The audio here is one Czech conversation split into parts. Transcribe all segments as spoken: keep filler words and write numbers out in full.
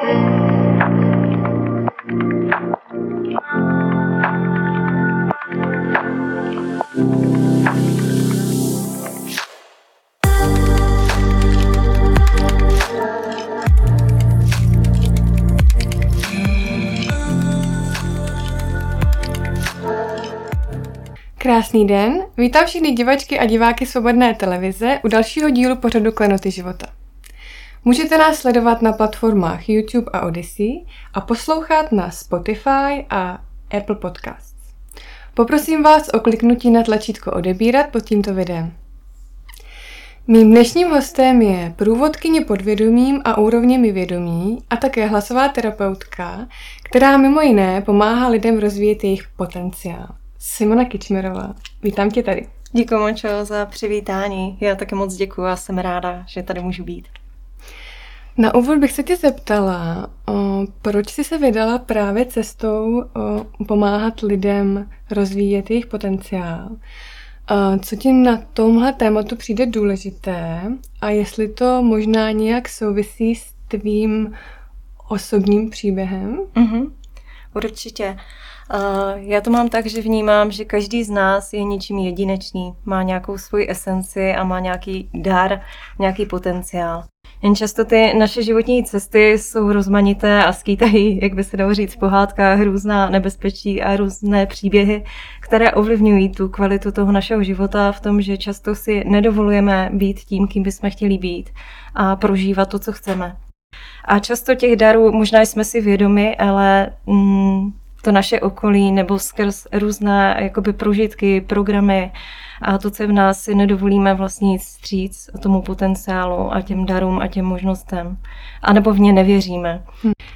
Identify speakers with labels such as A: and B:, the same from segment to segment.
A: Krásný den, vítám všechny divačky a diváky Svobodné televize u dalšího dílu pořadu Klenoty života. Můžete nás sledovat na platformách YouTube a Odyssey a poslouchat na Spotify a Apple Podcasts. Poprosím vás o kliknutí na tlačítko odebírat pod tímto videem. Mým dnešním hostem je průvodkyně podvědomím a úrovněmi vědomí a také hlasová terapeutka, která mimo jiné pomáhá lidem rozvíjet jejich potenciál. Simona Kičmerová, vítám tě tady.
B: Děkuji moc za přivítání. Já taky moc děkuji a jsem ráda, že tady můžu být.
A: Na úvod bych se tě zeptala, o, proč jsi se vydala právě cestou o, pomáhat lidem rozvíjet jejich potenciál. O, co ti na tomhle tématu přijde důležité a jestli to možná nějak souvisí s tvým osobním příběhem?
B: Mm-hmm. Určitě. Uh, já to mám tak, že vnímám, že každý z nás je něčím jedinečný, má nějakou svoji esenci a má nějaký dar, nějaký potenciál. Jen často ty naše životní cesty jsou rozmanité a skýtají, jak by se dalo říct v pohádkách, různá nebezpečí a různé příběhy, které ovlivňují tu kvalitu toho našeho života v tom, že často si nedovolujeme být tím, kým bychom chtěli být a prožívat to, co chceme. A často těch darů možná jsme si vědomi, ale mm, to naše okolí nebo skrz různé jakoby prožitky, programy a to, co v nás si nedovolíme vlastně jít vstříc tomu potenciálu a těm darům a těm možnostem. A nebo v ně nevěříme.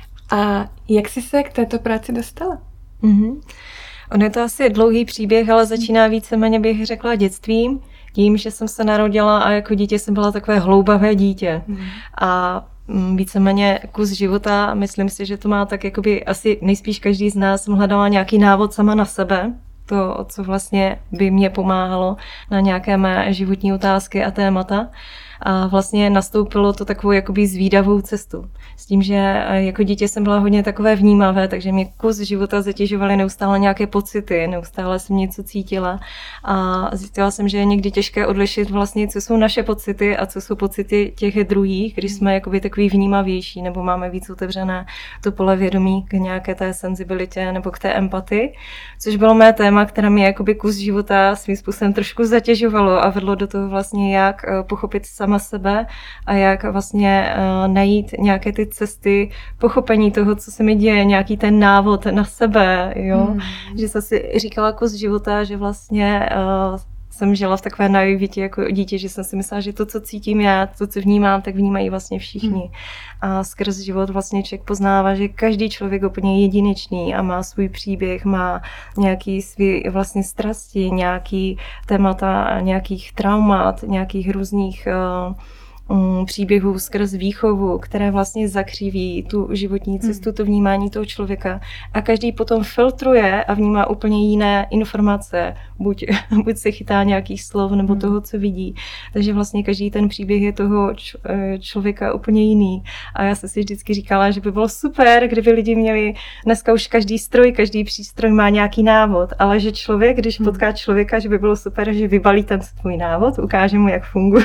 A: A jak jsi se k této práci dostala?
B: Mm-hmm. On je to asi dlouhý příběh, ale začíná víceméně, bych řekla, dětstvím. Tím, že jsem se narodila a jako dítě jsem byla takové hloubavé dítě. Mm. A víceméně kus života, myslím si, že to má tak jakoby asi nejspíš každý z nás jsem hledala nějaký návod sama na sebe, to, co vlastně by mě pomáhalo na nějaké mé životní otázky a témata. A vlastně nastoupilo to takovou jakoby zvídavou cestu. S tím, že jako dítě jsem byla hodně takové vnímavé, takže mě kus života zatěžovaly neustále nějaké pocity, neustále jsem něco cítila a zjistila jsem, že je někdy těžké odlišit vlastně, co jsou naše pocity a co jsou pocity těch druhých, když jsme jakoby takový vnímavější nebo máme víc otevřené to pole vědomí k nějaké té senzibilitě nebo k té empatii, což bylo mé téma, které mě jakoby kus života svým způsobem trošku zatěžovalo a vedlo do toho vlastně, jak pochopit sama sebe a jak vlastně uh, najít nějaké ty cesty pochopení toho, co se mi děje, nějaký ten návod na sebe, jo. Hmm. Že jsem si říkala kus života, že vlastně uh, jsem žila v takové naivitě jako dítě, že jsem si myslela, že to, co cítím já, to, co vnímám, tak vnímají vlastně všichni. Hmm. A skrz život vlastně člověk poznává, že každý člověk je úplně jedinečný a má svůj příběh, má nějaký svý vlastně strasti, nějaký témata, nějakých traumat, nějakých různých uh, příběhů skrz výchovu, které vlastně zakřiví tu životní cestu, to vnímání toho člověka. A každý potom filtruje a vnímá úplně jiné informace. Buď, buď se chytá nějakých slov nebo toho, co vidí. Takže vlastně každý ten příběh je toho člověka úplně jiný. A já jsem si vždycky říkala, že by bylo super, kdyby lidi měli, dneska už každý stroj, každý přístroj má nějaký návod, ale že člověk, když potká člověka, že by bylo super, že vybalí ten svůj návod, ukáže mu, jak funguje.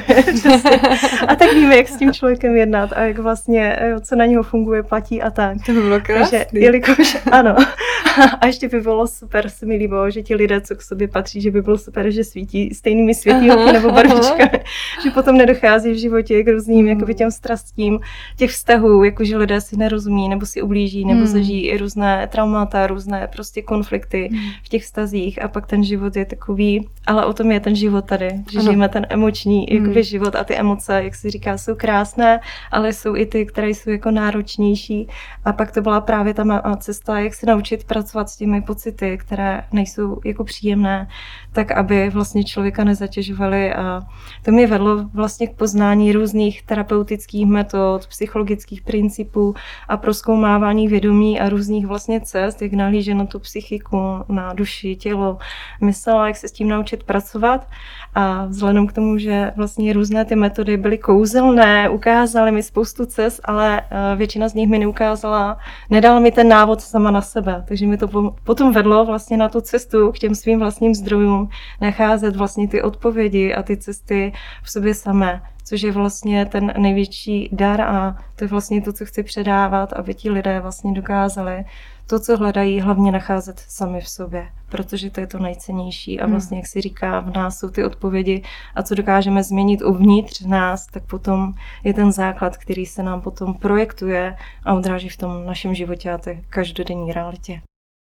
B: A tak víme, jak s tím člověkem jednat a jak vlastně, co na něho funguje, platí a tak.
A: To by bylo krásný.
B: Takže, jelikož, ano. A ještě by bylo super, se mi líbilo, že ti lidé, co k sobě patří, že by bylo super, že svítí stejnými světýlky nebo barvičkami. Že potom nedochází v životě k různým jakoby těm strastím těch vztahů, jakože lidé si nerozumí nebo si ublíží nebo hmm. zažijí i různé traumata, různé prostě konflikty hmm. v těch vztazích a pak ten život je takový, ale o tom je ten život tady, že ano. žijeme ten emoční jakoby hmm. život a ty emoce, jak se říká, jsou krásné, ale jsou i ty, které jsou jako náročnější. A pak to byla právě ta má cesta, jak se naučit pracovat s těmi pocity, které nejsou jako příjemné, tak aby vlastně člověka nezatěžovaly. A to mě vedlo vlastně k poznání různých terapeutických metod, psychologických principů a prozkoumávání vědomí a různých vlastně cest, jak nahlížet na tu psychiku, na duši, tělo, mysl, jak se s tím naučit pracovat. A vzhledem k tomu, že vlastně různé ty metody byly kouzelné, ukázali mi spoustu cest, ale většina z nich mi neukázala, nedala mi ten návod sama na sebe. Takže mi to potom vedlo vlastně na tu cestu k těm svým vlastním zdrojům, nacházet vlastně ty odpovědi a ty cesty v sobě samé, což je vlastně ten největší dar a to je vlastně to, co chci předávat, aby ti lidé vlastně dokázali to, co hledají, hlavně nacházet sami v sobě, protože to je to nejcennější a vlastně, jak si říká, v nás jsou ty odpovědi a co dokážeme změnit uvnitř nás, tak potom je ten základ, který se nám potom projektuje a odráží v tom našem životě a té každodenní realitě.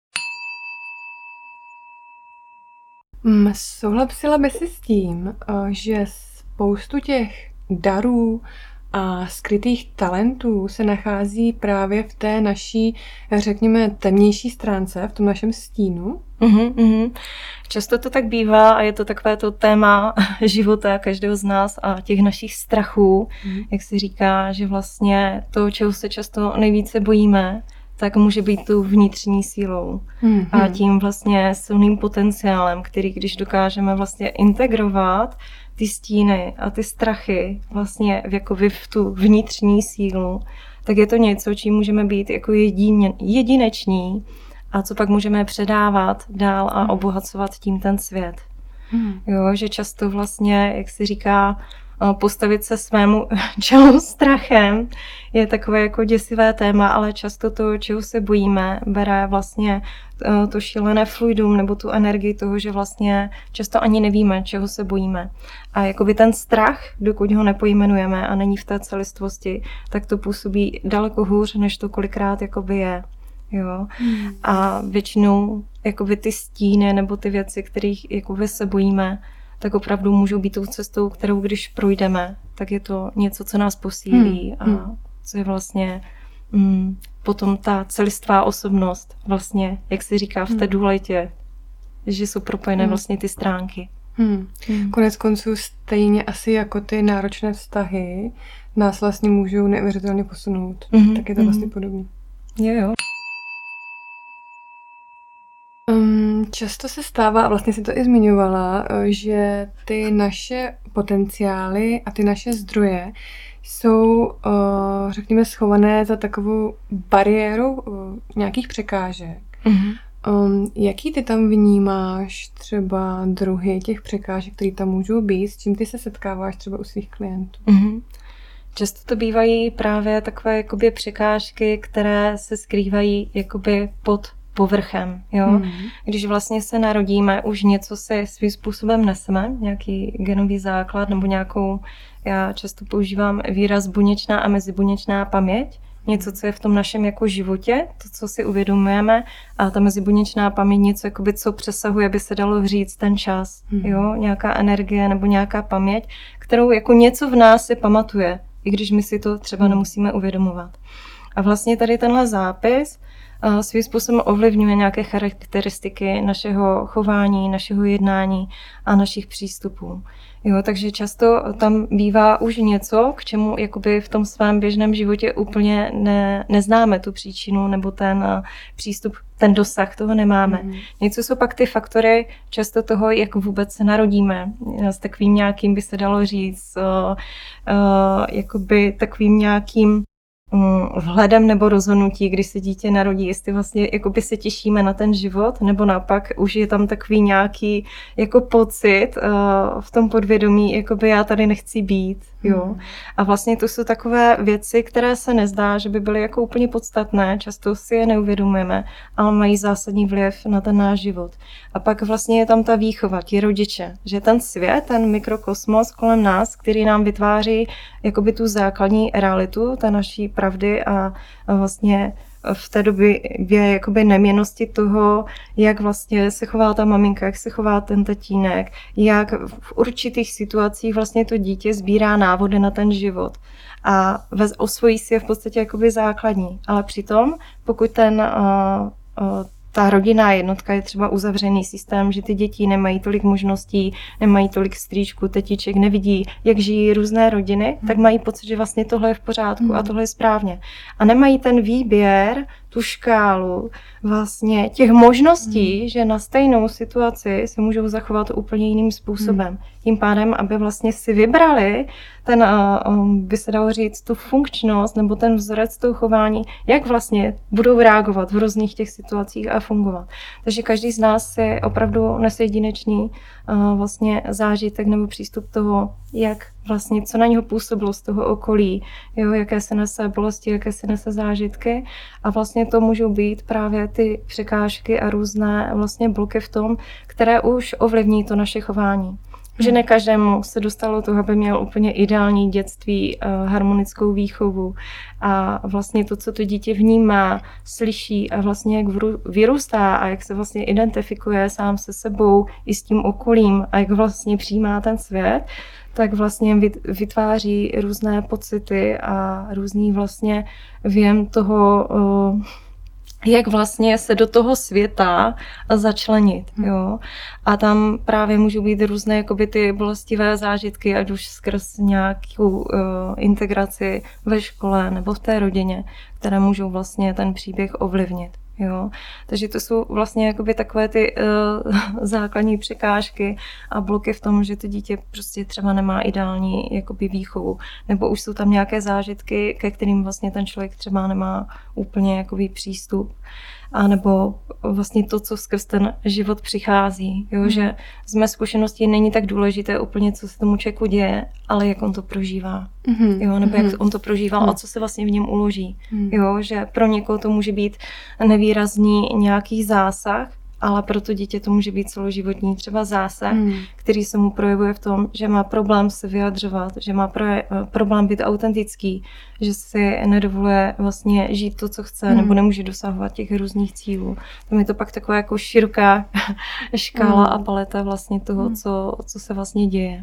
A: Souhlasila by si s tím, že spoustu těch darů a skrytých talentů se nachází právě v té naší, řekněme, temnější stránce, v tom našem stínu?
B: Uhum, uhum. Často to tak bývá a je to takové to téma života každého z nás a těch našich strachů, uhum. Jak se říká, že vlastně to, čeho se často nejvíce bojíme, tak může být tu vnitřní sílou mm-hmm. a tím vlastně silným potenciálem, který když dokážeme vlastně integrovat ty stíny a ty strachy vlastně jakoby v tu vnitřní sílu, tak je to něco, čím můžeme být jako jedine, jedineční a co pak můžeme předávat dál a obohacovat tím ten svět. Mm. Jo, že často vlastně, jak se říká, postavit se svému čelu strachem je takové jako děsivé téma, ale často to, čeho se bojíme, bere vlastně to šílené fluidum nebo tu energii toho, že vlastně často ani nevíme, čeho se bojíme. A jakoby ten strach, dokud ho nepojmenujeme a není v té celistvosti, tak to působí daleko hůř, než to kolikrát jakoby je. Jo? Hmm. A většinou jakoby ty stíny nebo ty věci, kterých jakoby se bojíme, tak opravdu můžou být tou cestou, kterou když projdeme, tak je to něco, co nás posílí hmm. a co je vlastně mm, potom ta celistvá osobnost, vlastně, jak se říká v té dualitě, že jsou propojené hmm. vlastně ty stránky.
A: Hmm. Hmm. Konec konců stejně asi jako ty náročné vztahy nás vlastně můžou neuvěřitelně posunout. Hmm. Tak je to vlastně hmm. podobné.
B: Jo, jo.
A: Um, často se stává, a vlastně si to i zmiňovala, že ty naše potenciály a ty naše zdroje jsou, uh, řekněme, schované za takovou bariérou uh, nějakých překážek. Mm-hmm. Um, jaký ty tam vnímáš třeba druhy těch překážek, které tam můžou být, s čím ty se setkáváš třeba u svých klientů?
B: Mm-hmm. Často to bývají právě takové jakoby překážky, které se skrývají jakoby pod povrchem, jo. Mm. Když vlastně se narodíme, už něco se svým způsobem neseme, nějaký genový základ nebo nějakou, já často používám výraz buněčná a mezibuněčná paměť, něco, co je v tom našem jako životě, to, co si uvědomujeme, a ta mezibuněčná paměť něco, jakoby, co přesahuje, by se dalo říct ten čas, mm. jo, nějaká energie nebo nějaká paměť, kterou jako něco v nás si pamatuje, i když my si to třeba mm. nemusíme uvědomovat. A vlastně tady tenhle zápis svým způsobem ovlivňuje nějaké charakteristiky našeho chování, našeho jednání a našich přístupů. Jo, takže často tam bývá už něco, k čemu jakoby v tom svém běžném životě úplně ne, neznáme tu příčinu nebo ten přístup, ten dosah toho nemáme. Mm. Něco jsou pak ty faktory často toho, jak vůbec se narodíme. S takovým nějakým, by se dalo říct, uh, uh, jakoby takovým nějakým vhledem nebo rozhodnutí, když se dítě narodí, jestli vlastně jakoby se těšíme na ten život, nebo naopak už je tam takový nějaký jako pocit uh, v tom podvědomí, jakoby já tady nechci být. Jo. Hmm. A vlastně to jsou takové věci, které se nezdá, že by byly jako úplně podstatné, často si je neuvědomujeme, ale mají zásadní vliv na ten náš život. A pak vlastně je tam ta výchova, ti rodiče, že ten svět, ten mikrokosmos kolem nás, který nám vytváří jakoby tu základní realitu, ta naší pravdy a, a vlastně v té době jakoby neměnnosti toho, jak vlastně se chová ta maminka, jak se chová ten tatínek, jak v určitých situacích vlastně to dítě sbírá návody na ten život a osvojí si je v podstatě jakoby základní. Ale přitom, pokud ten uh, uh, ta rodinná jednotka je třeba uzavřený systém, že ty děti nemají tolik možností, nemají tolik strýčků, tetiček, nevidí, jak žijí různé rodiny, hmm. tak mají pocit, že vlastně tohle je v pořádku hmm. a tohle je správně. A nemají ten výběr tu škálu vlastně těch možností, hmm. že na stejnou situaci se můžou zachovat úplně jiným způsobem. Hmm. Tím pádem, aby vlastně si vybrali ten, by se dalo říct, tu funkčnost nebo ten vzorec toho chování, jak vlastně budou reagovat v různých těch situacích a fungovat. Takže každý z nás je opravdu nese jedinečný vlastně zážitek nebo přístup toho, jak vlastně, co na něho působilo z toho okolí, jo, jaké se nese bolesti, jaké se nese zážitky a vlastně to můžou být právě ty překážky a různé vlastně bloky v tom, které už ovlivní to naše chování. Že ne každému se dostalo toho, aby měl úplně ideální dětství, harmonickou výchovu a vlastně to, co to dítě vnímá, slyší a vlastně jak vyrůstá a jak se vlastně identifikuje sám se sebou i s tím okolím a jak vlastně přijímá ten svět, tak vlastně vytváří různé pocity a různý vlastně věm toho, jak vlastně se do toho světa začlenit, jo. A tam právě můžou být různé jakoby ty bolestivé zážitky, ať už skrz nějakou uh, integraci ve škole nebo v té rodině, které můžou vlastně ten příběh ovlivnit. Jo. Takže to jsou vlastně jakoby takové ty uh, základní překážky a bloky v tom, že to dítě prostě třeba nemá ideální jakoby výchovu. Nebo už jsou tam nějaké zážitky, ke kterým vlastně ten člověk třeba nemá úplně jakoby přístup. A nebo vlastně to, co skrz ten život přichází. Jo? Hmm. Že z mé zkušenosti není tak důležité úplně, co se tomu člověku děje, ale jak on to prožívá. Hmm. Jo? Nebo jak on to prožíval hmm. a co se vlastně v něm uloží. Hmm. Jo? Že pro někoho to může být nevýrazný nějaký zásah, ale pro to dítě to může být celoživotní třeba zásah, hmm. který se mu projevuje v tom, že má problém se vyjadřovat, že má proje- problém být autentický, že si nedovoluje vlastně žít to, co chce, hmm. nebo nemůže dosahovat těch různých cílů. Tam je to pak taková jako široká škála hmm. a paleta vlastně toho, hmm. co, co se vlastně děje.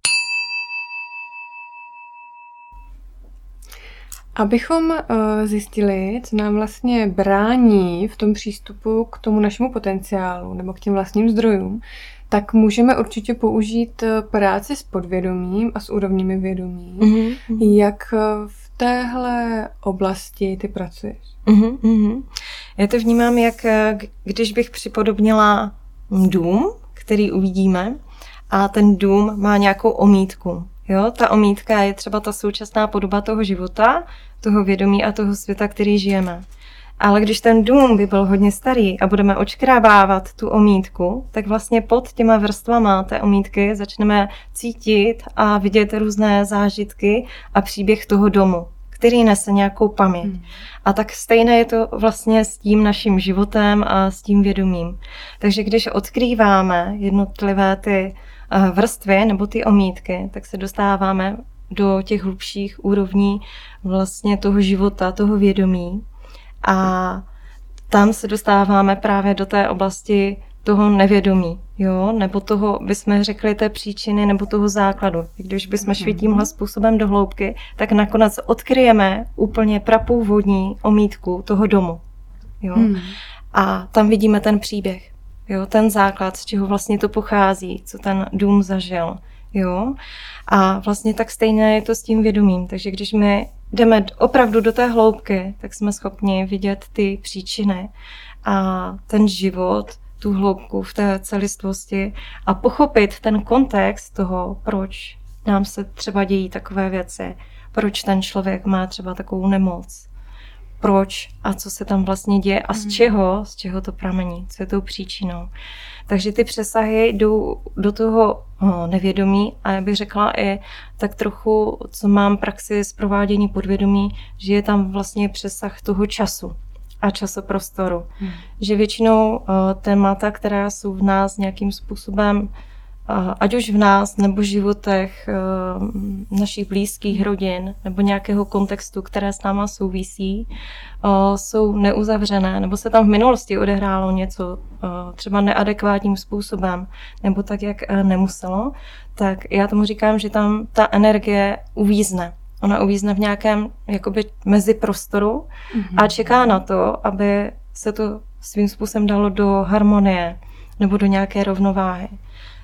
A: Abychom uh, zjistili, co nám vlastně brání v tom přístupu k tomu našemu potenciálu nebo k těm vlastním zdrojům, tak můžeme určitě použít práci s podvědomím a s úrovněmi vědomí. Mm-hmm. Jak v téhle oblasti ty pracuješ?
B: Mm-hmm. Já to vnímám, jak když bych připodobnila dům, který uvidíme, a ten dům má nějakou omítku. Jo, ta omítka je třeba ta současná podoba toho života, toho vědomí a toho světa, který žijeme. Ale když ten dům by byl hodně starý a budeme odškrábávat tu omítku, tak vlastně pod těma vrstvama té omítky začneme cítit a vidět různé zážitky a příběh toho domu, který nese nějakou paměť. Hmm. A tak stejné je to vlastně s tím naším životem a s tím vědomím. Takže když odkrýváme jednotlivé ty vrstvy nebo ty omítky, tak se dostáváme do těch hlubších úrovní vlastně toho života, toho vědomí. A tam se dostáváme právě do té oblasti toho nevědomí, jo? Nebo toho, bychom řekli, té příčiny nebo toho základu. Když bychom šli tímhle způsobem do hloubky, tak nakonec odkryjeme úplně prapůvodní omítku toho domu. Jo? Hmm. A tam vidíme ten příběh. Jo, ten základ, z čeho vlastně to pochází, co ten dům zažil. Jo? A vlastně tak stejné je to s tím vědomím. Takže když my jdeme opravdu do té hloubky, tak jsme schopni vidět ty příčiny a ten život, tu hloubku v té celistvosti a pochopit ten kontext toho, proč nám se třeba dějí takové věci, proč ten člověk má třeba takovou nemoc. Proč a co se tam vlastně děje a z čeho, z čeho to pramení, co je tou příčinou. Takže ty přesahy jdou do toho nevědomí a já bych řekla i tak trochu, co mám praxi z provádění podvědomí, že je tam vlastně přesah toho času a časoprostoru. Hmm. Že většinou témata, která jsou v nás nějakým způsobem, ať už v nás nebo v životech našich blízkých rodin nebo nějakého kontextu, které s náma souvisí, jsou neuzavřené, nebo se tam v minulosti odehrálo něco třeba neadekvátním způsobem, nebo tak, jak nemuselo, tak já tomu říkám, že tam ta energie uvízne. Ona uvízne v nějakém jakoby meziprostoru a čeká na to, aby se to svým způsobem dalo do harmonie nebo do nějaké rovnováhy.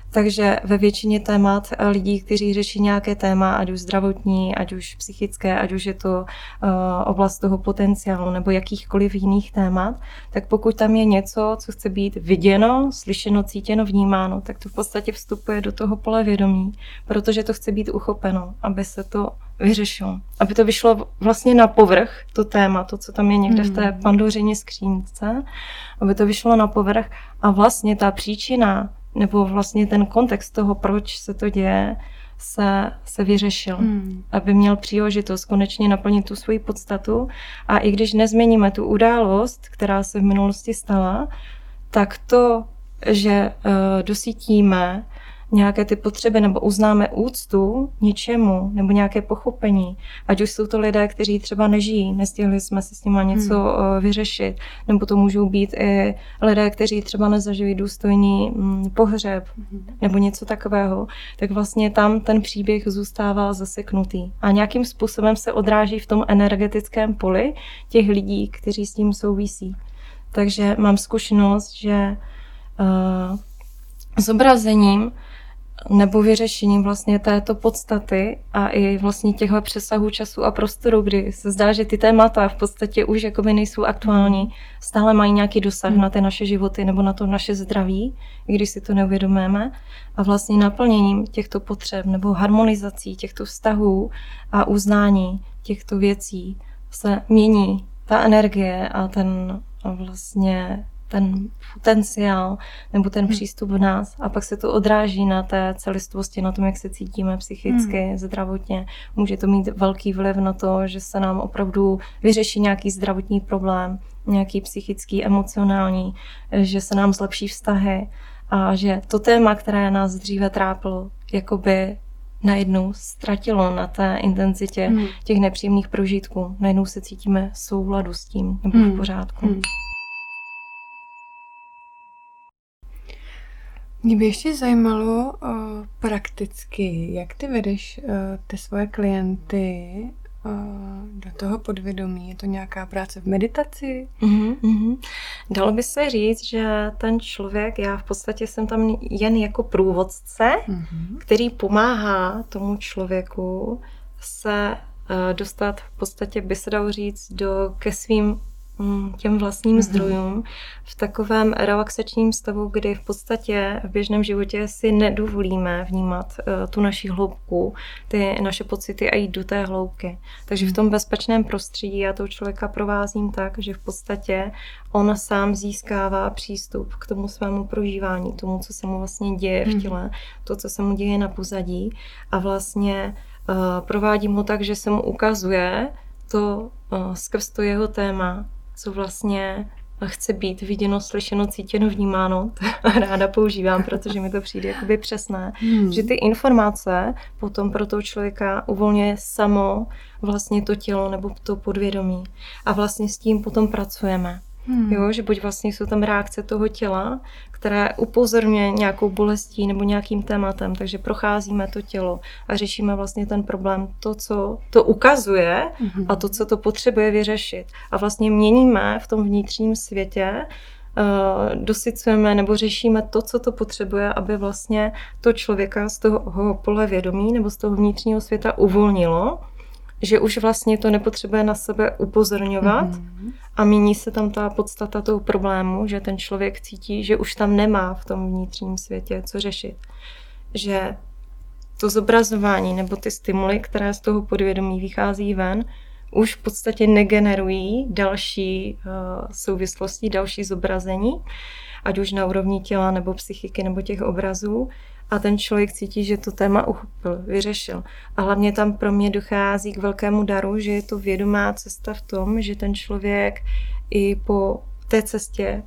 B: Takže ve většině témat lidí, kteří řeší nějaké téma, ať už zdravotní, ať už psychické, ať už je to uh, oblast toho potenciálu nebo jakýchkoliv jiných témat, tak pokud tam je něco, co chce být viděno, slyšeno, cítěno, vnímáno, tak to v podstatě vstupuje do toho pole vědomí, protože to chce být uchopeno, aby se to vyřešilo. Aby to vyšlo vlastně na povrch, to téma, to, co tam je někde v té Pandořině skřínce, aby to vyšlo na povrch a vlastně ta příčina nebo vlastně ten kontext toho, proč se to děje, se, se vyřešil. Hmm. Aby měl příležitost konečně naplnit tu svoji podstatu. A i když nezměníme tu událost, která se v minulosti stala, tak to, že uh, dosítíme nějaké ty potřeby nebo uznáme úctu něčemu nebo nějaké pochopení, ať už jsou to lidé, kteří třeba nežijí, nestihli jsme si s nimi něco hmm. vyřešit, nebo to můžou být i lidé, kteří třeba nezažijí důstojný pohřeb hmm. nebo něco takového, tak vlastně tam ten příběh zůstává zaseknutý a nějakým způsobem se odráží v tom energetickém poli těch lidí, kteří s tím souvisí. Takže mám zkušenost, že uh, zobrazením nebo vyřešením vlastně této podstaty a i vlastně těchto přesahů času a prostoru, kdy se zdá, že ty témata v podstatě už jakoby nejsou aktuální, stále mají nějaký dosah na ty naše životy nebo na to naše zdraví, i když si to neuvědomujeme. A vlastně naplněním těchto potřeb nebo harmonizací těchto vztahů a uznání těchto věcí se mění ta energie a ten vlastně ten potenciál nebo ten přístup v nás a pak se to odráží na té celistvosti, na tom, jak se cítíme psychicky, hmm. zdravotně. Může to mít velký vliv na to, že se nám opravdu vyřeší nějaký zdravotní problém, nějaký psychický, emocionální, že se nám zlepší vztahy a že to téma, které nás dříve trápilo, jakoby najednou ztratilo na té intenzitě hmm. těch nepříjemných prožitků. Najednou se cítíme v souladu s tím nebo hmm. v pořádku. Hmm.
A: Mě by ještě zajímalo uh, prakticky, jak ty vedeš uh, ty svoje klienty uh, do toho podvědomí. Je to nějaká práce v meditaci?
B: Mm-hmm, mm-hmm. Dalo by se říct, že ten člověk, já v podstatě jsem tam jen jako průvodce, mm-hmm. který pomáhá tomu člověku se uh, dostat v podstatě, by se dalo říct, do, ke svým těm vlastním mm-hmm. zdrojům v takovém relaxačním stavu, kdy v podstatě v běžném životě si nedovolíme vnímat uh, tu naši hloubku, ty naše pocity a jít do té hloubky. Takže v tom bezpečném prostředí já toho člověka provázím tak, že v podstatě on sám získává přístup k tomu svému prožívání, tomu, co se mu vlastně děje v těle, to, co se mu děje na pozadí a vlastně uh, provádím ho tak, že se mu ukazuje to uh, skrz to jeho téma, co vlastně chce být viděno, slyšeno, cítěno, vnímáno. Ráda používám, protože mi to přijde jakoby přesné. Hmm. Že ty informace potom pro toho člověka uvolňuje samo vlastně to tělo nebo to podvědomí. A vlastně s tím potom pracujeme. Hmm. Jo, že buď vlastně jsou tam reakce toho těla, které upozorňuje nějakou bolestí nebo nějakým tématem, takže procházíme to tělo a řešíme vlastně ten problém, to, co to ukazuje hmm. a to, co to potřebuje vyřešit. A vlastně měníme v tom vnitřním světě, uh, dosycujeme nebo řešíme to, co to potřebuje, aby vlastně to člověka z toho pole vědomí nebo z toho vnitřního světa uvolnilo, že už vlastně to nepotřebuje na sebe upozorňovat mm-hmm. a mění se tam ta podstata toho problému, že ten člověk cítí, že už tam nemá v tom vnitřním světě co řešit. Že to zobrazování nebo ty stimuly, které z toho podvědomí vychází ven, už v podstatě negenerují další uh, souvislosti, další zobrazení, ať už na úrovni těla nebo psychiky nebo těch obrazů. A ten člověk cítí, že to téma uchopil, vyřešil. A hlavně tam pro mě dochází k velkému daru, že je to vědomá cesta v tom, že ten člověk i po té cestě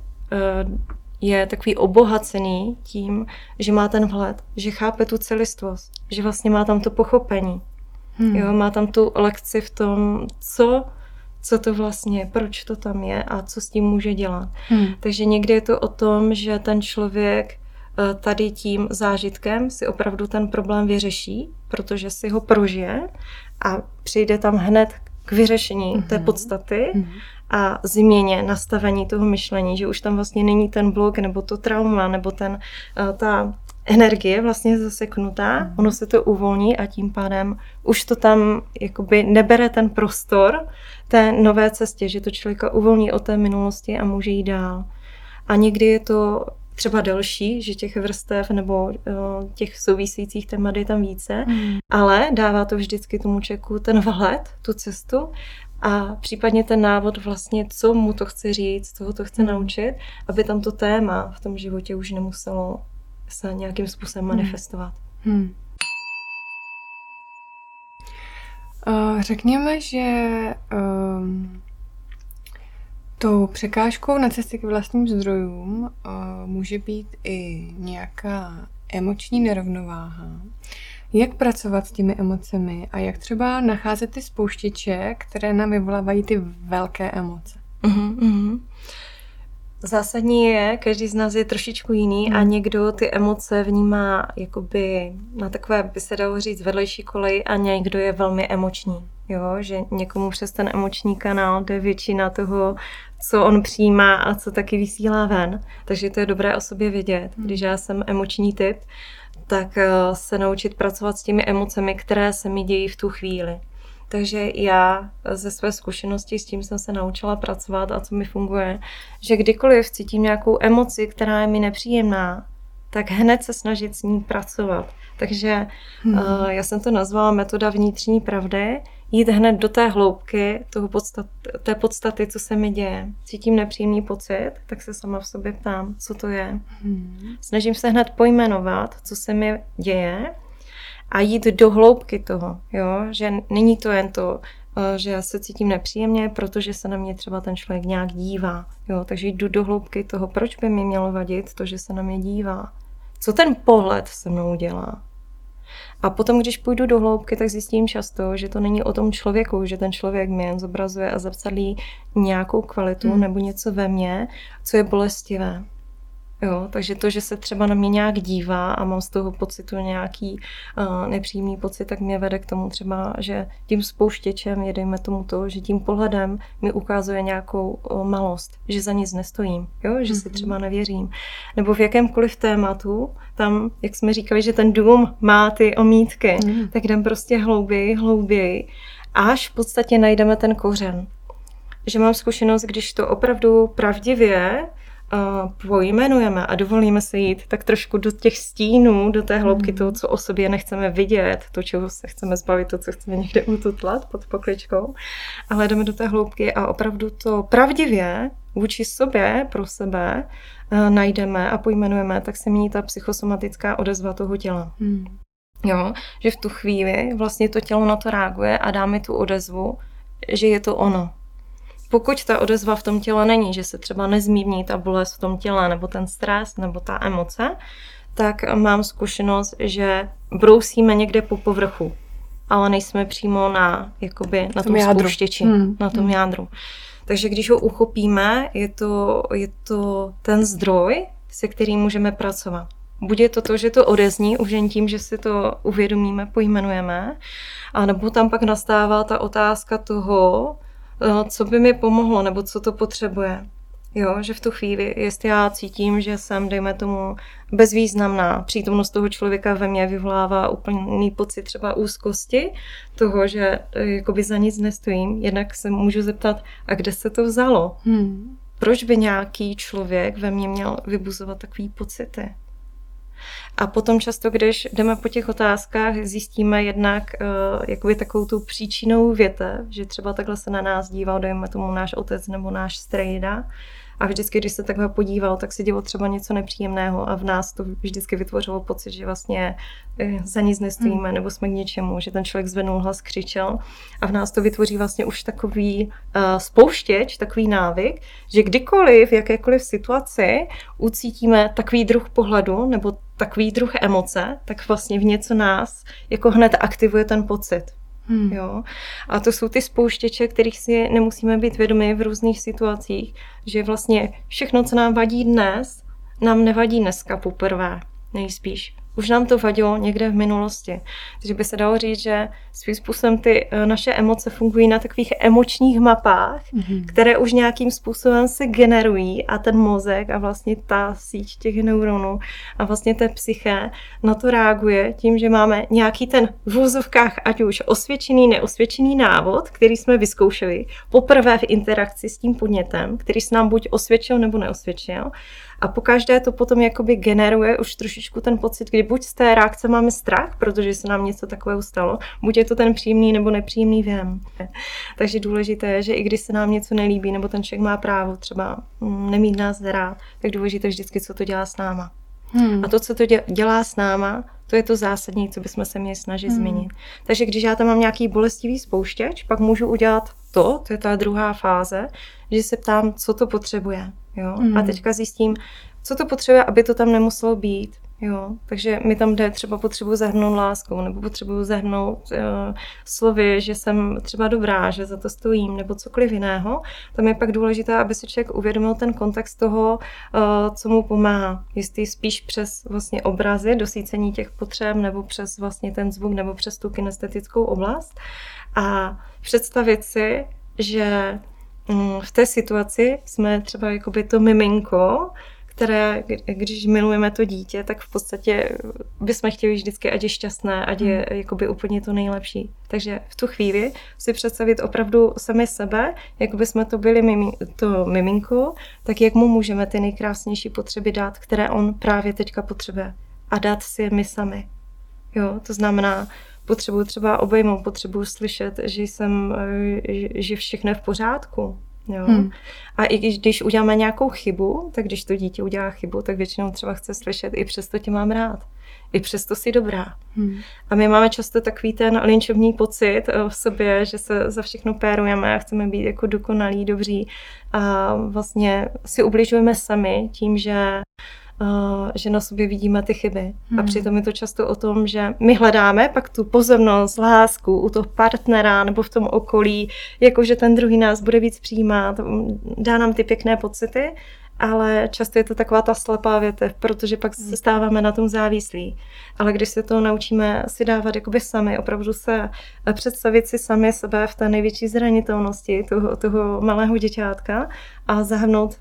B: je takový obohacený tím, že má ten vhled, že chápe tu celistvost, že vlastně má tam to pochopení. Hmm. Jo, má tam tu lekci v tom, co, co to vlastně, proč to tam je a co s tím může dělat. Hmm. Takže někdy je to o tom, že ten člověk tady tím zážitkem si opravdu ten problém vyřeší, protože si ho prožije a přijde tam hned k vyřešení mm-hmm. té podstaty mm-hmm. a změně nastavení toho myšlení, že už tam vlastně není ten blok nebo to trauma nebo ten, ta energie vlastně zaseknutá, mm. ono se to uvolní a tím pádem už to tam jakoby nebere ten prostor té nové cestě, že to člověka uvolní od té minulosti a může jít dál. A někdy je to třeba delší, že těch vrstev nebo uh, těch souvisejících témat je tam více, mm. ale dává to vždycky tomu člověku ten vhled, tu cestu a případně ten návod vlastně, co mu to chce říct, co ho to chce mm. naučit, aby tam to téma v tom životě už nemuselo se nějakým způsobem mm. manifestovat.
A: Mm. Uh, řekněme, že um... tou překážkou na cestě k vlastním zdrojům uh, může být i nějaká emoční nerovnováha. Jak pracovat s těmi emocemi a jak třeba nacházet ty spouštěče, které nám vyvolávají ty velké emoce?
B: Uh-huh, uh-huh. Zásadní je, každý z nás je trošičku jiný hmm. a někdo ty emoce vnímá jakoby na takové, by se dalo říct, vedlejší kolej a někdo je velmi emoční. Jo? Že někomu přes ten emoční kanál jde většina toho, co on přijímá a co taky vysílá ven. Takže to je dobré o sobě vědět. Když já jsem emoční typ, tak se naučit pracovat s těmi emocemi, které se mi dějí v tu chvíli. Takže já ze své zkušenosti, s tím jsem se naučila pracovat a co mi funguje, že kdykoliv cítím nějakou emoci, která je mi nepříjemná, tak hned se snažit s ní pracovat. Takže hmm. uh, já jsem to nazvala metoda vnitřní pravdy, jít hned do té hloubky, toho podstat, té podstaty, co se mi děje. Cítím nepříjemný pocit, tak se sama v sobě ptám, co to je. Hmm. Snažím se hned pojmenovat, co se mi děje, a jít do hloubky toho, jo? Že není to jen to, že já se cítím nepříjemně, protože se na mě třeba ten člověk nějak dívá. Jo? Takže jdu do hloubky toho, proč by mi mělo vadit to, že se na mě dívá. Co ten pohled se mnou dělá. A potom, když půjdu do hloubky, tak zjistím často, že to není o tom člověku, že ten člověk mi jen zobrazuje a zrcadlí nějakou kvalitu hmm. nebo něco ve mně, co je bolestivé. Jo, takže to, že se třeba na mě nějak dívá a mám z toho pocitu nějaký uh, nepříjemný pocit, tak mě vede k tomu třeba, že tím spouštěčem je, dejme tomu to, že tím pohledem mi ukazuje nějakou uh, malost, že za nic nestojím, jo, že si třeba nevěřím. Nebo v jakémkoliv tématu, tam, jak jsme říkali, že ten dům má ty omítky, mm. tak jdem prostě hlouběji, hlouběji, až v podstatě najdeme ten kořen. Že mám zkušenost, když to opravdu pravdivě Uh, pojmenujeme a dovolíme se jít tak trošku do těch stínů, do té hloubky mm. toho, co o sobě nechceme vidět, to, čeho se chceme zbavit, to, co chceme někde ututlat pod pokličkou, ale jdeme do té hloubky a opravdu to pravdivě vůči sobě, pro sebe uh, najdeme a pojmenujeme, tak se mění ta psychosomatická odezva toho těla. Mm. Jo, že v tu chvíli vlastně to tělo na to reaguje a dá mi tu odezvu, že je to ono. Pokud ta odezva v tom těle není, že se třeba nezmírní ta bolest v tom těle, nebo ten stres, nebo ta emoce, tak mám zkušenost, že brousíme někde po povrchu, ale nejsme přímo na, jakoby, na tom spouštěči, hmm. na tom hmm. jádru. Takže když ho uchopíme, je to, je to ten zdroj, se kterým můžeme pracovat. Buď je to to, že to odezní už jen tím, že si to uvědomíme, pojmenujeme, anebo tam pak nastává ta otázka toho, co by mi pomohlo, nebo co to potřebuje. Jo, že v tu chvíli, jestli já cítím, že jsem, dejme tomu, bezvýznamná, přítomnost toho člověka ve mně vyvolává úplný pocit třeba úzkosti, toho, že jakoby za nic nestojím, jednak se můžu zeptat, a kde se to vzalo? Hmm. Proč by nějaký člověk ve mně měl vybuzovat takový pocity? A potom často, když jdeme po těch otázkách, zjistíme jednak uh, jakoby takovou tu příčinou větev, že třeba takhle se na nás díval, dejme tomu náš otec nebo náš strejda, a vždycky, když se takhle podíval, tak se dělo třeba něco nepříjemného a v nás to vždycky vytvořilo pocit, že vlastně za nic nestojíme hmm. nebo jsme k něčemu, že ten člověk zvednul hlas, křičel a v nás to vytvoří vlastně už takový uh, spouštěč, takový návyk, že kdykoliv, v jakékoliv situaci ucítíme takový druh pohledu nebo takový druh emoce, tak vlastně v něco nás jako hned aktivuje ten pocit. Hmm. Jo? A to jsou ty spouštěče, kterých si nemusíme být vědomi v různých situacích, že vlastně všechno, co nám vadí dnes, nám nevadí dneska poprvé, nejspíš. Už nám to vadilo někde v minulosti. Takže by se dalo říct, že svým způsobem ty naše emoce fungují na takových emočních mapách, mm-hmm. které už nějakým způsobem se generují a ten mozek a vlastně ta síť těch neuronů a vlastně té psyché na to reaguje tím, že máme nějaký ten v úzovkách, ať už osvědčený, neosvědčený návod, který jsme vyzkoušeli poprvé v interakci s tím podnětem, který se nám buď osvědčil nebo neosvědčil. A pokaždé to potom jakoby generuje už trošičku ten pocit, kdy buď z té reakce máme strach, protože se nám něco takového stalo, buď je to ten příjemný nebo nepříjemný věm. Takže důležité je, že i když se nám něco nelíbí, nebo ten člověk má právo třeba nemít nás rád, tak důležité vždycky, co to dělá s náma. Hmm. A to, co to dělá s náma, to je to zásadní, co bychom se měli snažit hmm. změnit. Takže když já tam mám nějaký bolestivý spouštěč, pak můžu udělat to, to je ta druhá fáze, že se ptám, co to potřebuje. Jo? Hmm. A teďka zjistím, co to potřebuje, aby to tam nemuselo být. Jo? Takže mi tam jde třeba potřebuji zahrnout láskou, nebo potřebuji zahrnout uh, slovy, že jsem třeba dobrá, že za to stojím, nebo cokoliv jiného. Tam je pak důležité, aby si člověk uvědomil ten kontext toho, uh, co mu pomáhá. Jestli spíš přes vlastně obrazy, dosícení těch potřeb, nebo přes vlastně ten zvuk, nebo přes tu kinestetickou oblast. A představit si, že v té situaci jsme třeba jakoby to miminko, které, když milujeme to dítě, tak v podstatě bychom chtěli vždycky, ať je šťastné, ať je jakoby úplně to nejlepší. Takže v tu chvíli si představit opravdu sami sebe, jako by jsme to byli mimi, to miminko, tak jak mu můžeme ty nejkrásnější potřeby dát, které on právě teďka potřebuje. A dát si je my sami. Jo, to znamená, potřebuji třeba obejmout, potřebuji slyšet, že jsem, že všechno je v pořádku. Jo. Hmm. A i když, když uděláme nějakou chybu, tak když to dítě udělá chybu, tak většinou třeba chce slyšet, i přesto tě mám rád. I přesto jsi dobrá. Hmm. A my máme často takový ten linčovní pocit v sobě, že se za všechno pérujeme a chceme být jako dokonalí, dobří. A vlastně si ubližujeme sami tím, že Uh, že na sobě vidíme ty chyby. Hmm. A přitom je to často o tom, že my hledáme pak tu pozornost, lásku u toho partnera nebo v tom okolí, jakože ten druhý nás bude víc přijímat, dá nám ty pěkné pocity, ale často je to taková ta slepá větev, protože pak se stáváme na tom závislí. Ale když se to naučíme si dávat jakoby sami, opravdu se představit si sami sebe v té největší zranitelnosti toho, toho malého děťátka a zahrnout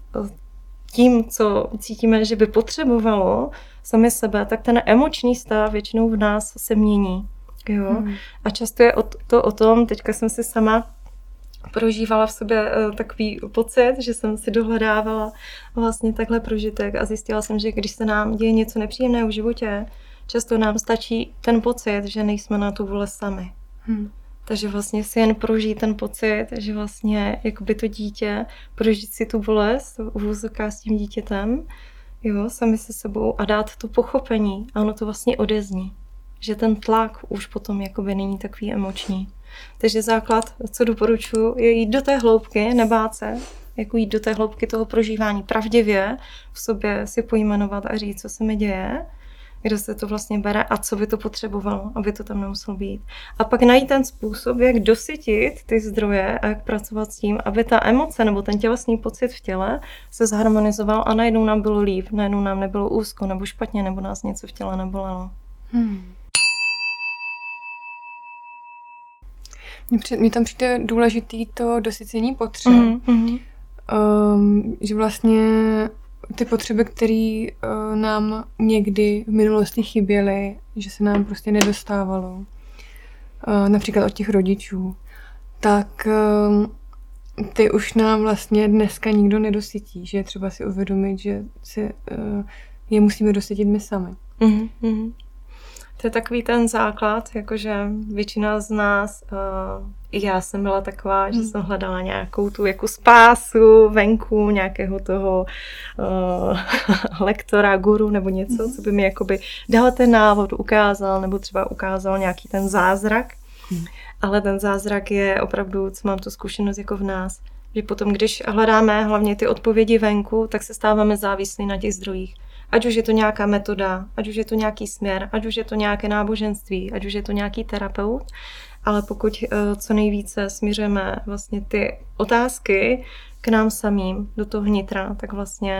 B: tím, co cítíme, že by potřebovalo sami sebe, tak ten emoční stav většinou v nás se mění. Jo? Hmm. A často je to o tom, teďka jsem si sama prožívala v sobě takový pocit, že jsem si dohledávala vlastně takhle prožitek a zjistila jsem, že když se nám děje něco nepříjemného v životě, často nám stačí ten pocit, že nejsme na tu vůli sami. Hmm. Takže vlastně si jen prožít ten pocit, že vlastně jakoby to dítě, prožít si tu bolest uvozovkách s tím dítětem, jo, sami se sebou a dát to pochopení a ono to vlastně odezní. Že ten tlak už potom jakoby není takový emoční. Takže základ, co doporučuji, je jít do té hloubky, nebát se, jako jít do té hloubky toho prožívání pravdivě, v sobě si pojmenovat a říct, co se mi děje, kde se to vlastně bere a co by to potřebovalo, aby to tam nemuselo být. A pak najít ten způsob, jak dosytit ty zdroje a jak pracovat s tím, aby ta emoce nebo ten tělesný pocit v těle se zharmonizoval a najednou nám bylo líp, najednou nám nebylo úzko nebo špatně, nebo nás něco v těle nebolelo. Hmm.
A: Mně tam přijde důležitý to dosycení potřeb. Mm-hmm. Um, že vlastně ty potřeby, které uh, nám někdy v minulosti chyběly, že se nám prostě nedostávalo, uh, například od těch rodičů, tak uh, ty už nám vlastně dneska nikdo nedosytí, že je třeba si uvědomit, že si, uh, je musíme dosytit my sami.
B: Mm-hmm. To je takový ten základ, jakože většina z nás, uh, i já jsem byla taková, hmm. že jsem hledala nějakou tu jako spásu venku, nějakého toho uh, lektora, guru nebo něco, hmm. co by mi jakoby dal ten návod, ukázal, nebo třeba ukázal nějaký ten zázrak. Hmm. Ale ten zázrak je opravdu, co mám tu zkušenost jako v nás, že potom, když hledáme hlavně ty odpovědi venku, tak se stáváme závislí na těch zdrojích. Ať už je to nějaká metoda, ať už je to nějaký směr, ať už je to nějaké náboženství, ať už je to nějaký terapeut, ale pokud co nejvíce směřujeme vlastně ty otázky k nám samým, do toho vnitra, tak vlastně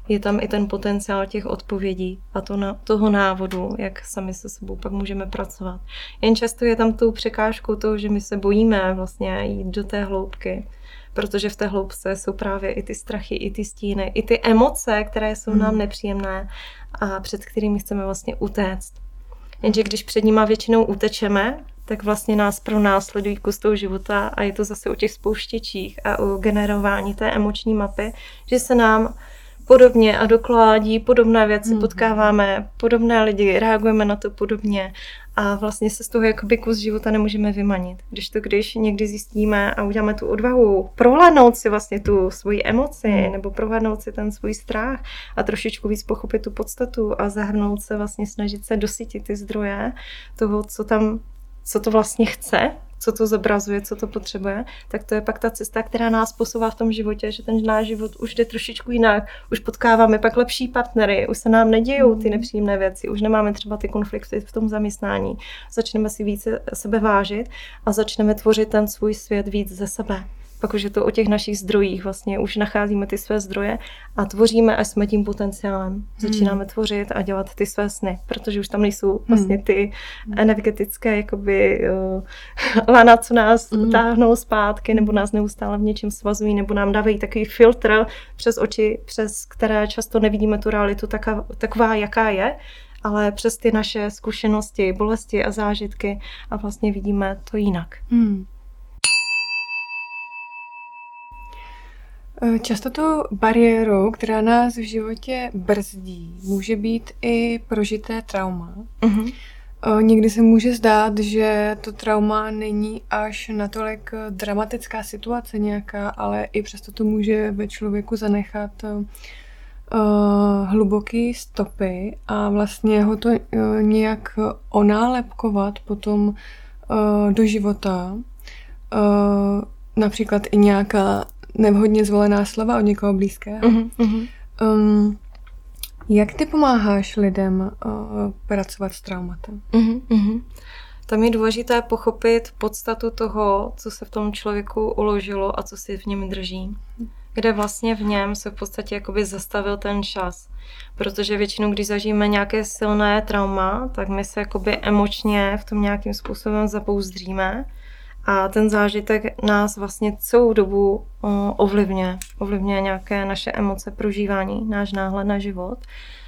B: je tam i ten potenciál těch odpovědí a to na, toho návodu, jak sami se sebou pak můžeme pracovat. Jen často je tam tou překážkou toho, že my se bojíme vlastně jít do té hloubky, protože v té hloubce jsou právě i ty strachy, i ty stíny, i ty emoce, které jsou nám nepříjemné a před kterými chceme vlastně utéct. Jenže když před nima většinou utečeme, tak vlastně nás pronásledují kus toho života a je to zase o těch spouštěčích a o generování té emoční mapy, že se nám podobně a dokládí podobné věci, mm. potkáváme podobné lidi, reagujeme na to podobně a vlastně se z toho jakoby kus života nemůžeme vymanit. Když to, když někdy zjistíme a uděláme tu odvahu prohlédnout si vlastně tu svoji emoci mm. nebo prohlédnout si ten svůj strach a trošičku víc pochopit tu podstatu a zahrnout se vlastně, snažit se dosytit ty zdroje toho, co tam, co to vlastně chce, co to zobrazuje, co to potřebuje, tak to je pak ta cesta, která nás posouvá v tom životě, že ten náš život už jde trošičku jinak, už potkáváme pak lepší partnery, už se nám nedějou ty nepříjemné věci, už nemáme třeba ty konflikty v tom zaměstnání, začneme si více sebe vážit a začneme tvořit ten svůj svět víc ze sebe. Pak už je to o těch našich zdrojích, vlastně už nacházíme ty své zdroje a tvoříme, až jsme tím potenciálem. Začínáme hmm. tvořit a dělat ty své sny, protože už tam nejsou vlastně ty energetické jakoby uh, lana, co nás hmm. táhnou zpátky, nebo nás neustále v něčem svazují, nebo nám dávají takový filtr přes oči, přes které často nevidíme tu realitu taková, taková jaká je, ale přes ty naše zkušenosti, bolesti a zážitky a vlastně vidíme to jinak.
A: Hmm. Často tou bariérou, která nás v životě brzdí, může být i prožité trauma. Uh-huh. Někdy se může zdát, že to trauma není až natolik dramatická situace nějaká, ale i přesto to může ve člověku zanechat uh, hluboký stopy a vlastně ho to uh, nějak onálepkovat potom uh, do života. Uh, například i nějaká nevhodně zvolená slova od někoho blízkého. Uh-huh. Um, jak ty pomáháš lidem uh, pracovat s traumatem?
B: Uh-huh, uh-huh. Tam je důležité pochopit podstatu toho, co se v tom člověku uložilo a co si v něm drží. Kde vlastně v něm se v podstatě jakoby zastavil ten čas. Protože většinou, když zažijeme nějaké silné trauma, tak my se jakoby emočně v tom nějakým způsobem zapouzdříme. A ten zážitek nás vlastně celou dobu ovlivňuje. Ovlivňuje nějaké naše emoce, prožívání, náš náhled na život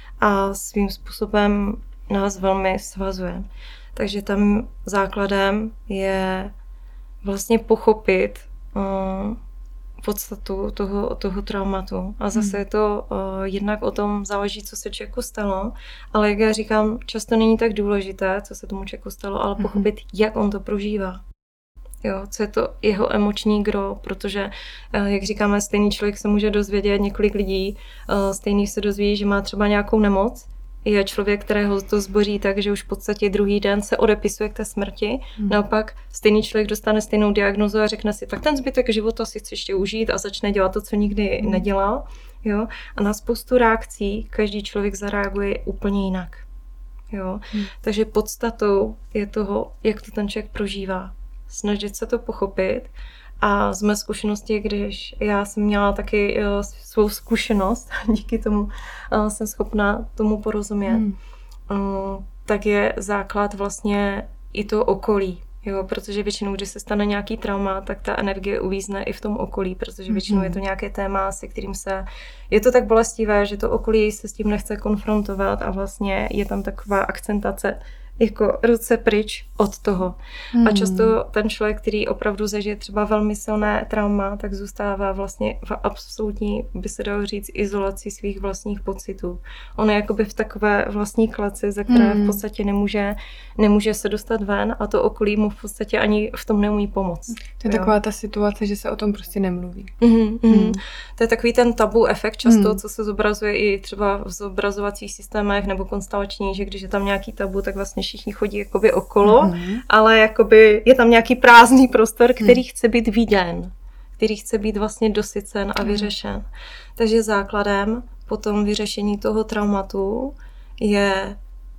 B: a svým způsobem nás velmi svazuje. Takže tam základem je vlastně pochopit uh, podstatu toho, toho traumatu. A zase hmm. je to uh, jednak o tom záleží, co se člověku stalo, ale jak já říkám, často není tak důležité, co se tomu člověku stalo, ale pochopit, hmm. jak on to prožívá. Jo, co je to jeho emoční gro, protože, jak říkáme, stejný člověk se může dozvědět, několik lidí stejný se dozví, že má třeba nějakou nemoc. Je člověk, kterého to zboří tak, že už v podstatě druhý den se odepisuje k té smrti. Hmm. Naopak stejný člověk dostane stejnou diagnozu a řekne si, tak ten zbytek života si chce ještě užít a začne dělat to, co nikdy hmm. nedělal. Jo? A na spoustu reakcí každý člověk zareaguje úplně jinak. Jo? Hmm. Takže podstatou je toho, jak to ten člověk prožívá. Snažit se to pochopit a z mé zkušenosti, když já jsem měla taky uh, svou zkušenost, díky tomu uh, jsem schopná tomu porozumět, hmm. uh, tak je základ vlastně i to okolí. Jo, protože většinou, když se stane nějaký trauma, tak ta energie uvízne i v tom okolí, protože většinou je to nějaké téma, se kterým se... Je to tak bolestivé, že to okolí se s tím nechce konfrontovat a vlastně je tam taková akcentace jako ruce pryč od toho. Hmm. A často ten člověk, který opravdu zažije třeba velmi silné trauma, tak zůstává vlastně v absolutní, by se dalo říct, izolaci svých vlastních pocitů. On je jakoby v takové vlastní kleci, ze které hmm. v podstatě nemůže, nemůže se dostat ven a to okolí mu v podstatě ani v tom neumí pomoct.
A: To je jo. taková ta situace, že se o tom prostě nemluví.
B: Hmm, hmm. Hmm. To je takový ten tabu efekt často, hmm. co se zobrazuje i třeba v zobrazovacích systémech nebo konstelační, že když je tam nějaký tabu, tak vlastně všichni chodí jakoby okolo, mm-hmm. ale jakoby je tam nějaký prázdný prostor, který mm. chce být viděn, který chce být vlastně dosycen a vyřešen. Mm. Takže základem potom vyřešení toho traumatu je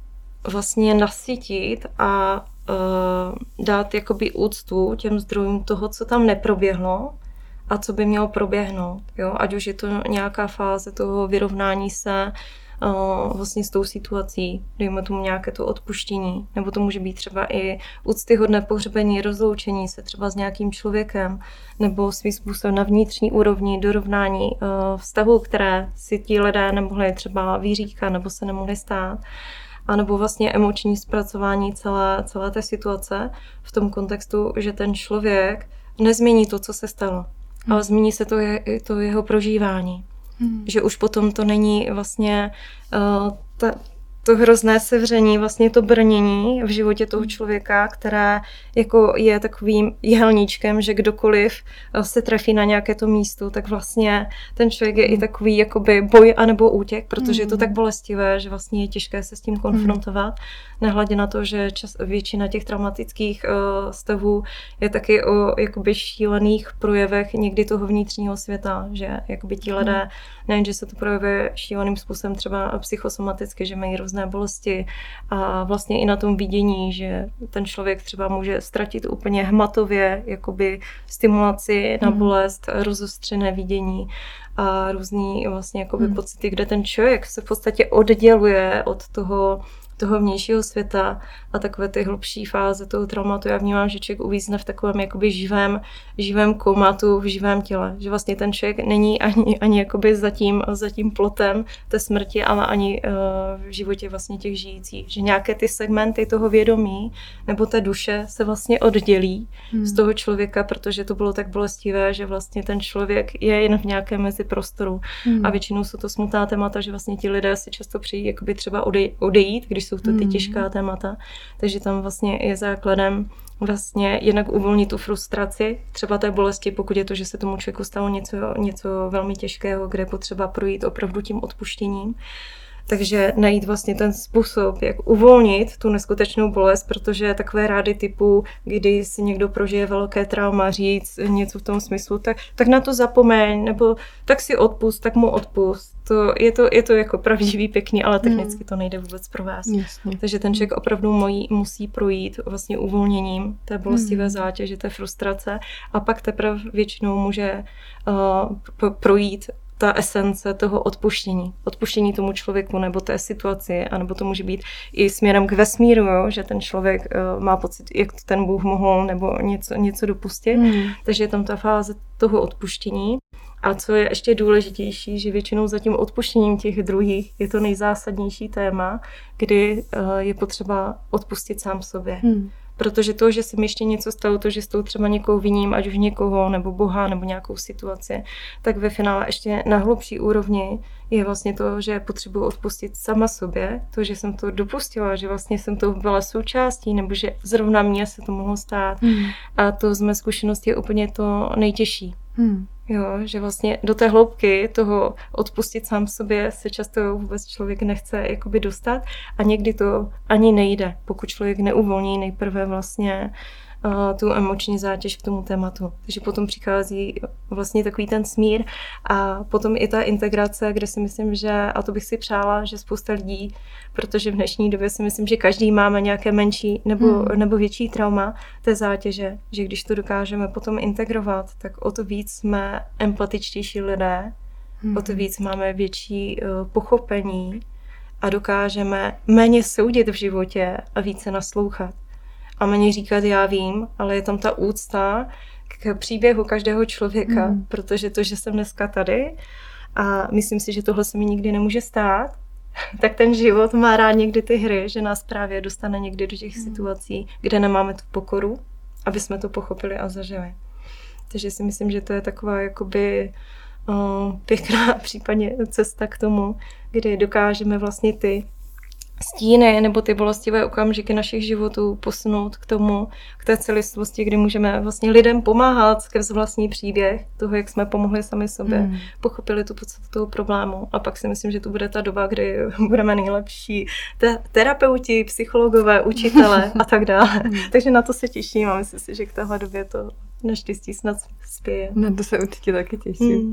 B: vlastně nasytit a uh, dát jakoby úctu těm zdrojům toho, co tam neproběhlo a co by mělo proběhnout. Jo? Ať už je to nějaká fáze toho vyrovnání se uh, vlastně s tou situací, dejme tomu nějaké to odpuštění, nebo to může být třeba i úctyhodné pohřbení, rozloučení se třeba s nějakým člověkem, nebo svým způsobem na vnitřní úrovni dorovnání uh, vztahů, které si ti lidé nemohli třeba vyříkat nebo se nemohli stát. A nebo vlastně emoční zpracování celé, celé té situace v tom kontextu, že ten člověk nezmění to, co se stalo, hmm. ale změní se to, je, to jeho prožívání. Hmm. Že už potom to není vlastně uh, ta, to hrozné sevření, vlastně to brnění v životě toho člověka, které jako je takovým jehelníčkem, že kdokoliv se trefí na nějaké to místo, tak vlastně ten člověk je mm. i takový jakoby boj anebo útěk, protože mm. je to tak bolestivé, že vlastně je těžké se s tím konfrontovat. Mm. Nehledě na to, že čas, většina těch traumatických uh, stavů je taky o jakoby šílených projevech někdy toho vnitřního světa, že jakoby ti lidé, mm. nejen, že se to projevuje šíleným způsobem třeba psychosomaticky, že mají různé bolesti a vlastně i na tom vidění, že ten člověk třeba může ztratit úplně hmatově jakoby stimulaci na bolest, mm. rozostřené vidění a různý vlastně jakoby mm. pocity, kde ten člověk se v podstatě odděluje od toho toho vnějšího světa a takové ty hlubší fáze toho traumatu. Já vnímám, že člověk uvízne v takovém jakoby živém, živém komatu, v živém těle. Že vlastně ten člověk není ani, ani jakoby za tím, za tím plotem té smrti, ale ani uh, v životě vlastně těch žijících. Že nějaké ty segmenty toho vědomí nebo té duše se vlastně oddělí hmm. z toho člověka, protože to bylo tak bolestivé, že vlastně ten člověk je jen v nějakém meziprostoru. Hmm. A většinou jsou to smutná témata, že vlastně ti lidé si často přijí jakoby třeba odej, odejít, když jsou to ty těžká témata, takže tam vlastně je základem vlastně jednak uvolnit tu frustraci, třeba té bolesti, pokud je to, že se tomu člověku stalo něco, něco velmi těžkého, kde je potřeba projít opravdu tím odpuštěním. Takže najít vlastně ten způsob, jak uvolnit tu neskutečnou bolest, protože takové rády typu, kdy si někdo prožije velké trauma, říct něco v tom smyslu, tak, tak na to zapomeň, nebo tak si odpust, tak mu odpust. To, je, to, je to jako pravdivý, pěkný, ale technicky to nejde vůbec pro vás. Jasně. Takže ten člověk opravdu mojí, musí projít vlastně uvolněním té bolestivé hmm. zátěže, té frustrace a pak teprve většinou může uh, projít ta esence toho odpuštění. Odpuštění tomu člověku nebo té situaci, anebo to může být i směrem k vesmíru, jo? Že ten člověk uh, má pocit, jak to ten Bůh mohl nebo něco, něco dopustit. Hmm. Takže je tam ta fáze toho odpuštění. A co je ještě důležitější, že většinou za tím odpuštěním těch druhých je to nejzásadnější téma, kdy uh, je potřeba odpustit sám sobě. Hmm. Protože to, že se mi ještě něco stalo, to, že s tou třeba někoho viním, ať už někoho, nebo Boha, nebo nějakou situaci, tak ve finále ještě na hlubší úrovni je vlastně to, že potřebuji odpustit sama sobě, to, že jsem to dopustila, že vlastně jsem to byla součástí, nebo že zrovna mně se to mohlo stát. Hmm. A to z mé zkušenosti je úplně to nejtěžší. Hmm. Jo, že vlastně do té hloubky toho odpustit sám sobě se často vůbec člověk nechce jakoby dostat a někdy to ani nejde, pokud člověk neuvolní nejprve vlastně uh, tu emoční zátěž k tomu tématu. Takže potom přichází vlastně takový ten smír a potom i ta integrace, kde si myslím, že, a to bych si přála, že spousta lidí, protože v dnešní době si myslím, že každý máme nějaké menší nebo, hmm. nebo větší trauma té zátěže, že když to dokážeme potom integrovat, tak o to víc jsme empatičtější lidé, hmm. o to víc máme větší uh, pochopení a dokážeme méně soudit v životě a více naslouchat. A méně říkat já vím, ale je tam ta úcta k příběhu každého člověka, hmm. protože to, že jsem dneska tady a myslím si, že tohle se mi nikdy nemůže stát, tak ten život má rád někdy ty hry, že nás právě dostane někdy do těch hmm. situací, kde nemáme tu pokoru, aby jsme to pochopili a zažili. Takže si myslím, že to je taková jakoby uh, pěkná případně cesta k tomu, kdy dokážeme vlastně ty stíny nebo ty bolestivé okamžiky našich životů posunout k tomu, k té celistvosti, kdy můžeme vlastně lidem pomáhat skrz vlastní příběh toho, jak jsme pomohli sami sobě, hmm. pochopili tu podstatu toho problému a pak si myslím, že to bude ta doba, kdy budeme nejlepší te- terapeuti, psychologové, učitelé a tak dále. Hmm. Takže na to se těším a myslím si, že k téhle době to naštěstí snad spěje.
A: Na to se určitě taky těším. Hmm.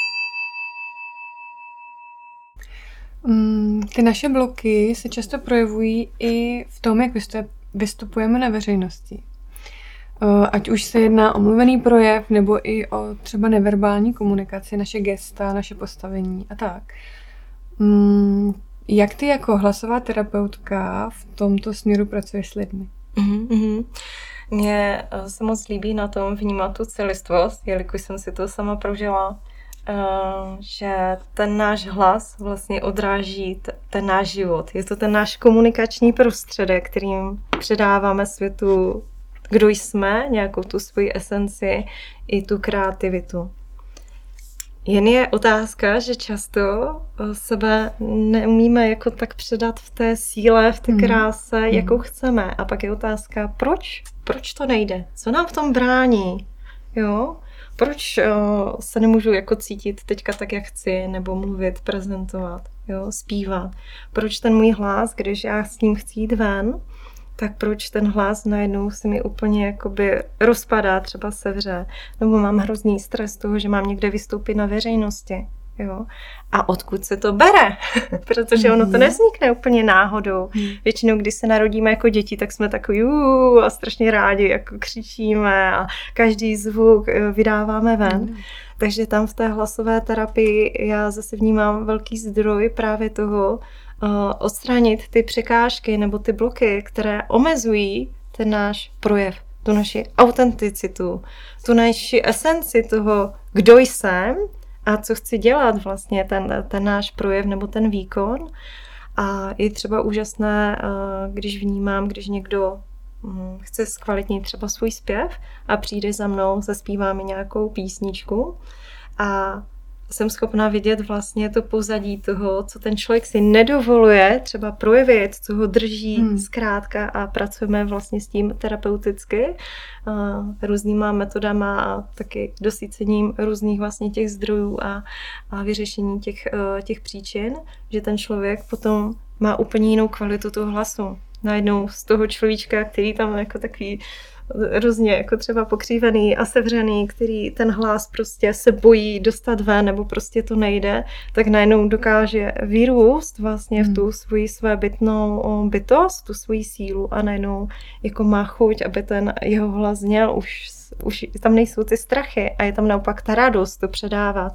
A: Ty naše bloky se často projevují i v tom, jak vystupujeme na veřejnosti. ať už se jedná o mluvený projev, nebo i o třeba neverbální komunikaci, naše gesta, naše postavení a tak. Jak ty jako hlasová terapeutka v tomto směru pracuješ s lidmi?
B: Mm-hmm. Mně se moc líbí na tom vnímat tu celistvost, jelikož jsem si to sama prožila, že ten náš hlas vlastně odráží ten náš život. Je to ten náš komunikační prostředek, kterým předáváme světu, kdo jsme, nějakou tu svoji esenci i tu kreativitu. Jen je otázka, že často sebe neumíme jako tak předat v té síle, v té kráse, mm. jakou chceme. A pak je otázka, proč? Proč to nejde? Co nám v tom brání? Jo? Proč uh, se nemůžu jako cítit teďka tak, jak chci, nebo mluvit, prezentovat, jo? Zpívat? Proč ten můj hlas, když já s ním chci jít ven, tak proč ten hlas najednou se mi úplně jakoby rozpadá, třeba sevře, nebo mám hrozný stres z toho, že mám někde vystoupit na veřejnosti. Jo? A odkud se to bere? Protože ono to nevznikne úplně náhodou. Většinou, když se narodíme jako děti, tak jsme takový uuu, a strašně rádi, jako křičíme a každý zvuk vydáváme ven. Takže tam v té hlasové terapii já zase vnímám velký zdroj právě toho, odstranit ty překážky nebo ty bloky, které omezují ten náš projev, tu naši autenticitu, tu naši esenci toho, kdo jsem a co chci dělat vlastně, ten, ten náš projev nebo ten výkon. A je třeba úžasné, když vnímám, když někdo chce zkvalitnit třeba svůj zpěv a přijde za mnou, zaspívá mi nějakou písničku a jsem schopná vidět vlastně to pozadí toho, co ten člověk si nedovoluje třeba projevit, co ho drží hmm. zkrátka a pracujeme vlastně s tím terapeuticky uh, různýma metodama a taky dosícením různých vlastně těch zdrojů a, a vyřešení těch, uh, těch příčin, že ten člověk potom má úplně jinou kvalitu toho hlasu. Najednou z toho človíčka, který tam jako takový různě jako třeba pokřívený a sevřený, který ten hlas prostě se bojí dostat ven nebo prostě to nejde, tak najednou dokáže vyrůst vlastně v tu svoji svébytnou bytost, tu svoji sílu a najednou jako má chuť, aby ten jeho hlas zněl, už, už tam nejsou ty strachy a je tam naopak ta radost to předávat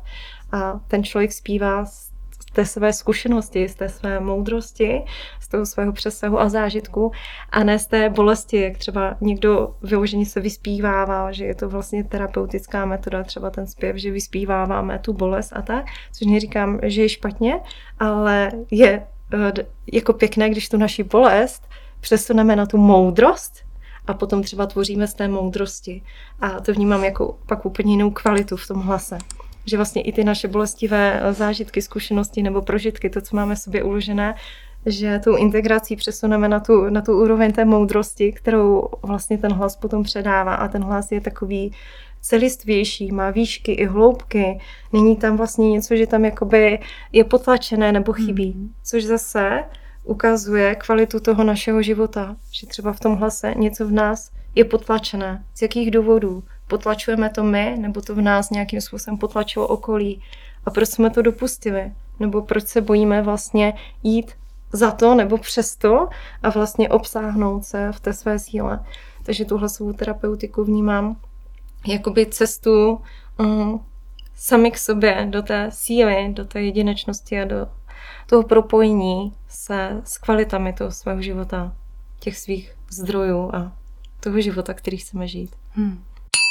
B: a ten člověk zpívá z té své zkušenosti, z té své moudrosti, z toho svého přesahu a zážitku a ne z té bolesti, jak třeba někdo vyloženě se vyspívává, že je to vlastně terapeutická metoda, třeba ten zpěv, že vyspíváváme tu bolest a tak, což neříkám, že je špatně, ale je jako pěkné, když tu naši bolest přesuneme na tu moudrost a potom třeba tvoříme z té moudrosti a to vnímám jako pak úplně jinou kvalitu v tom hlase. Že vlastně i ty naše bolestivé zážitky, zkušenosti nebo prožitky, to, co máme v sobě uložené, že tou integrací přesuneme na tu, na tu úroveň té moudrosti, kterou vlastně ten hlas potom předává a ten hlas je takový celistvější, má výšky i hloubky, není tam vlastně něco, že tam jakoby je potlačené nebo chybí, mm. což zase ukazuje kvalitu toho našeho života, že třeba v tom hlase něco v nás je potlačené. Z jakých důvodů? Potlačujeme to my, nebo to v nás nějakým způsobem potlačilo okolí? A proč jsme to dopustili? Nebo proč se bojíme vlastně jít za to nebo přes to a vlastně obsáhnout se v té své síle? Takže tu hlasovou terapeutiku vnímám jakoby cestu um, sami k sobě, do té síly, do té jedinečnosti a do toho propojení se s kvalitami toho svého života, těch svých zdrojů a toho života, který chceme žít. Hmm.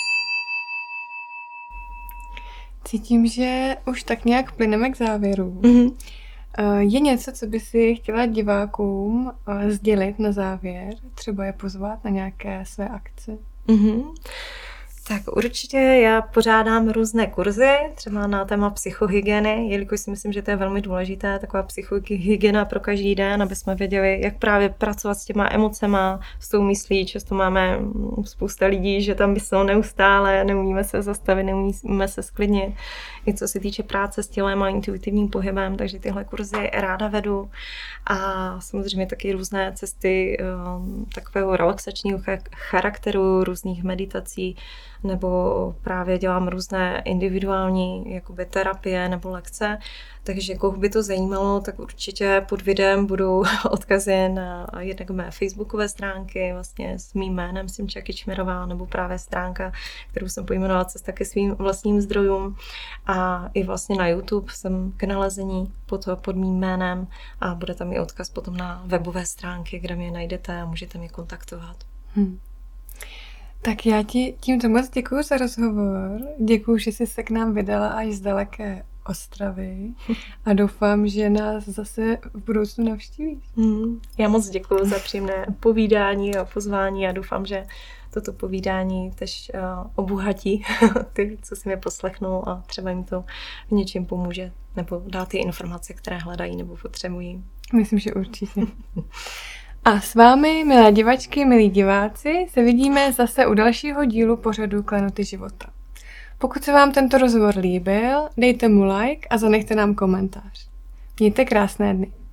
A: Cítím, že už tak nějak plyneme k závěru. Mm-hmm. Je něco, co by si chtěla divákům sdělit na závěr? Třeba je pozvat na nějaké své akce?
B: Mm-hmm. Tak určitě já pořádám různé kurzy, třeba na téma psychohygieny, jelikož si myslím, že to je velmi důležité, taková psychohygiena pro každý den, aby jsme věděli, jak právě pracovat s těma emocema, s tou myslí. Často máme spousta lidí, že tam myslou neustále, neumíme se zastavit, neumíme se sklidnit. I co se týče práce s tělem a intuitivním pohybem, takže tyhle kurzy ráda vedu. A samozřejmě taky různé cesty um, takového relaxačního charakteru, různých meditací, nebo právě dělám různé individuální jakoby terapie nebo lekce, takže koho by to zajímalo, tak určitě pod videem budou odkazy na jednak mé facebookové stránky, vlastně s mým jménem Simča Kičmerová, nebo právě stránka, kterou jsem pojmenovala Cesta ke svým vlastním zdrojům, a i vlastně na YouTube jsem k nalezení pod, pod mým jménem a bude tam i odkaz potom na webové stránky, kde mě najdete a můžete mě kontaktovat.
A: Hmm. Tak já ti tímto moc děkuju za rozhovor. Děkuju, že jsi se k nám vydala až z daleké Ostravy a doufám, že nás zase v budoucnu navštívíš.
B: Hmm. Já moc děkuju za příjemné povídání a pozvání a doufám, že toto povídání tež uh, obohatí ty, co si mě poslechnou, a třeba jim to v něčem pomůže nebo dá ty informace, které hledají nebo potřebují.
A: Myslím, že určitě. A s vámi, milé divačky, milí diváci, se vidíme zase u dalšího dílu pořadu Klenoty života. Pokud se vám tento rozhovor líbil, dejte mu like a zanechte nám komentář. Mějte krásné dny.